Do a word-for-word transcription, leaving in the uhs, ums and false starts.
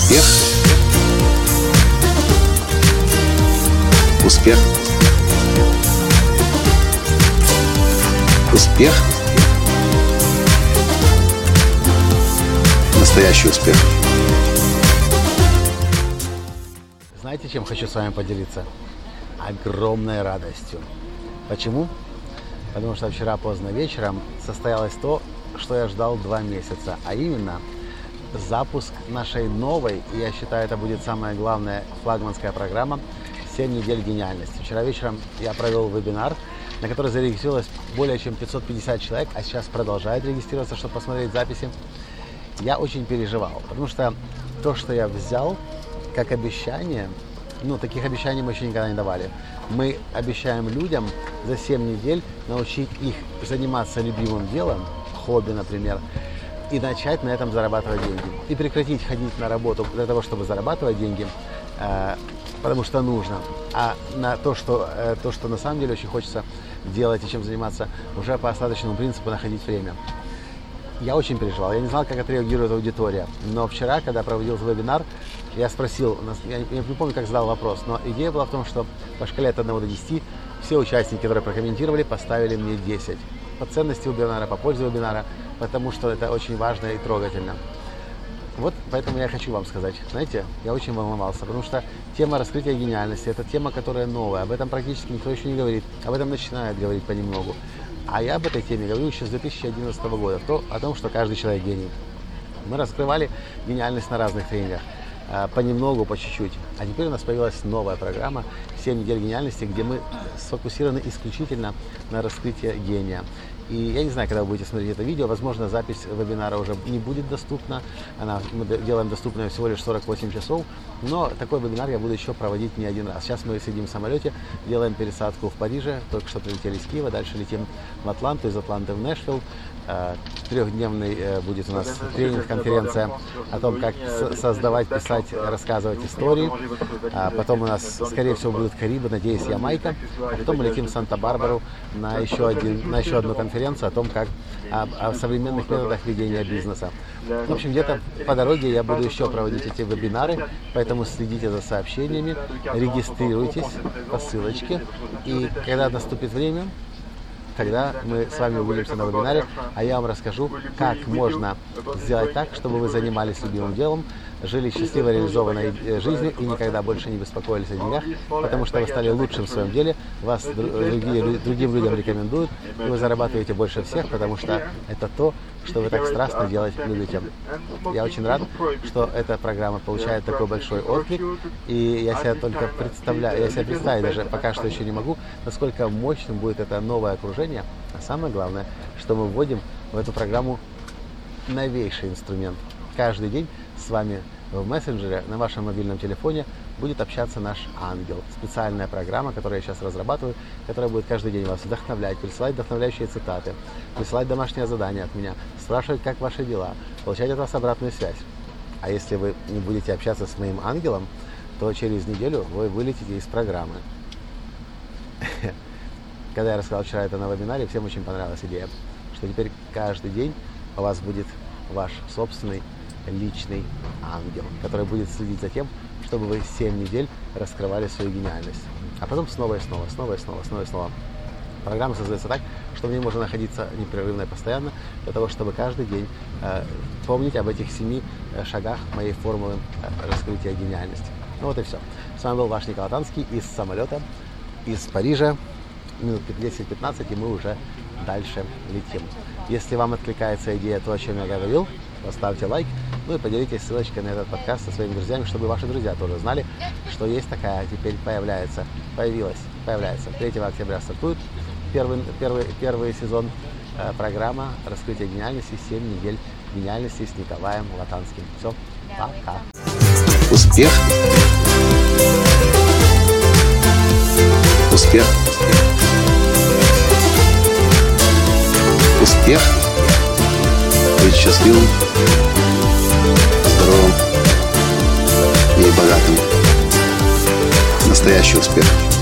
Успех. Успех. Успех. Настоящий успех. Знаете, чем хочу с вами поделиться? Огромной радостью. Почему? Потому что вчера поздно вечером состоялось то, что я ждал два месяца, а именно запуск нашей новой, и я считаю, это будет самая главная флагманская программа «семь недель гениальности». Вчера вечером я провел вебинар, на который зарегистрировалось более чем пятьсот пятьдесят человек, а сейчас продолжает регистрироваться, чтобы посмотреть записи. Я очень переживал, потому что то, что я взял как обещание, ну, таких обещаний мы еще никогда не давали. Мы обещаем людям за семь недель научить их заниматься любимым делом, хобби, например, и начать на этом зарабатывать деньги. И прекратить ходить на работу для того, чтобы зарабатывать деньги, э, потому что нужно. А на то что, э, то, что на самом деле очень хочется делать и чем заниматься, уже по остаточному принципу находить время. Я очень переживал, я не знал, как отреагирует аудитория. Но вчера, когда проводил вебинар, я спросил, я не помню, как задал вопрос, но идея была в том, что по шкале от одного до десяти все участники, которые прокомментировали, поставили мне десять. По ценности вебинара, по пользе вебинара, потому что это очень важно и трогательно. Вот поэтому я хочу вам сказать, знаете, я очень волновался, потому что тема раскрытия гениальности – это тема, которая новая, об этом практически никто еще не говорит, об этом начинают говорить понемногу. А я об этой теме говорю еще с две тысячи одиннадцатого года, то, о том, что каждый человек гений. Мы раскрывали гениальность на разных тренингах, понемногу, по чуть-чуть. А теперь у нас появилась новая программа «семь недель гениальности», где мы сфокусированы исключительно на раскрытии гения. И я не знаю, когда вы будете смотреть это видео, возможно, запись вебинара уже не будет доступна. Она, мы делаем доступной всего лишь сорок восемь часов, но такой вебинар я буду еще проводить не один раз. Сейчас мы сидим в самолете, делаем пересадку в Париже, только что прилетели из Киева, дальше летим в Атланту, из Атланты в Нэшвилл. Трехдневный будет у нас тренинг, конференция о том, как создавать, писать, рассказывать истории. А потом у нас, скорее всего, будут Карибы, надеюсь, Ямайка. А потом мы летим в Санта-Барбару на еще, один, на еще одну конференцию о том, как о, о современных методах ведения бизнеса. В общем, где-то по дороге я буду еще проводить эти вебинары, поэтому следите за сообщениями, регистрируйтесь по ссылочке. И когда наступит время, тогда мы с вами увидимся на вебинаре, а я вам расскажу, как можно сделать так, чтобы вы занимались любимым делом, жили счастливо реализованной жизнью и никогда больше не беспокоились о деньгах, потому что вы стали лучшим в своем деле, вас другие, другим людям рекомендуют, и вы зарабатываете больше всех, потому что это то, что вы так страстно делать любите. Я очень рад, что эта программа получает такой большой отклик, и я себе только представляю, я себе представить даже пока что еще не могу, насколько мощным будет это новое окружение. А самое главное, что мы вводим в эту программу новейший инструмент. Каждый день с вами в мессенджере на вашем мобильном телефоне будет общаться наш ангел. Специальная программа, которую я сейчас разрабатываю, которая будет каждый день вас вдохновлять, присылать вдохновляющие цитаты, присылать домашнее задание от меня, спрашивать, как ваши дела, получать от вас обратную связь. А если вы не будете общаться с моим ангелом, то через неделю вы вылетите из программы. Когда я рассказал вчера это на вебинаре, всем очень понравилась идея, что теперь каждый день у вас будет ваш собственный личный ангел, который будет следить за тем, чтобы вы семь недель раскрывали свою гениальность. А потом снова и снова, снова и снова, снова и снова. Программа создается так, что в ней можно находиться непрерывно и постоянно, для того, чтобы каждый день э, помнить об этих семи э, шагах моей формулы э, раскрытия гениальности. Ну вот и все. С вами был ваш Николай Танский из самолета, из Парижа. Минут десять-пятнадцать, и мы уже дальше летим. Если вам откликается идея, то, о чем я говорил, поставьте лайк, ну и поделитесь ссылочкой на этот подкаст со своими друзьями, чтобы ваши друзья тоже знали, что есть такая, теперь появляется, появилась, появляется. третьего октября стартует первый, первый, первый сезон э, программа «Раскрытие гениальности. семь недель гениальности» с Николаем Латанским. Все, пока. Успех. Успех. Успех. Быть счастливым, здоровым и богатым. Настоящий успех.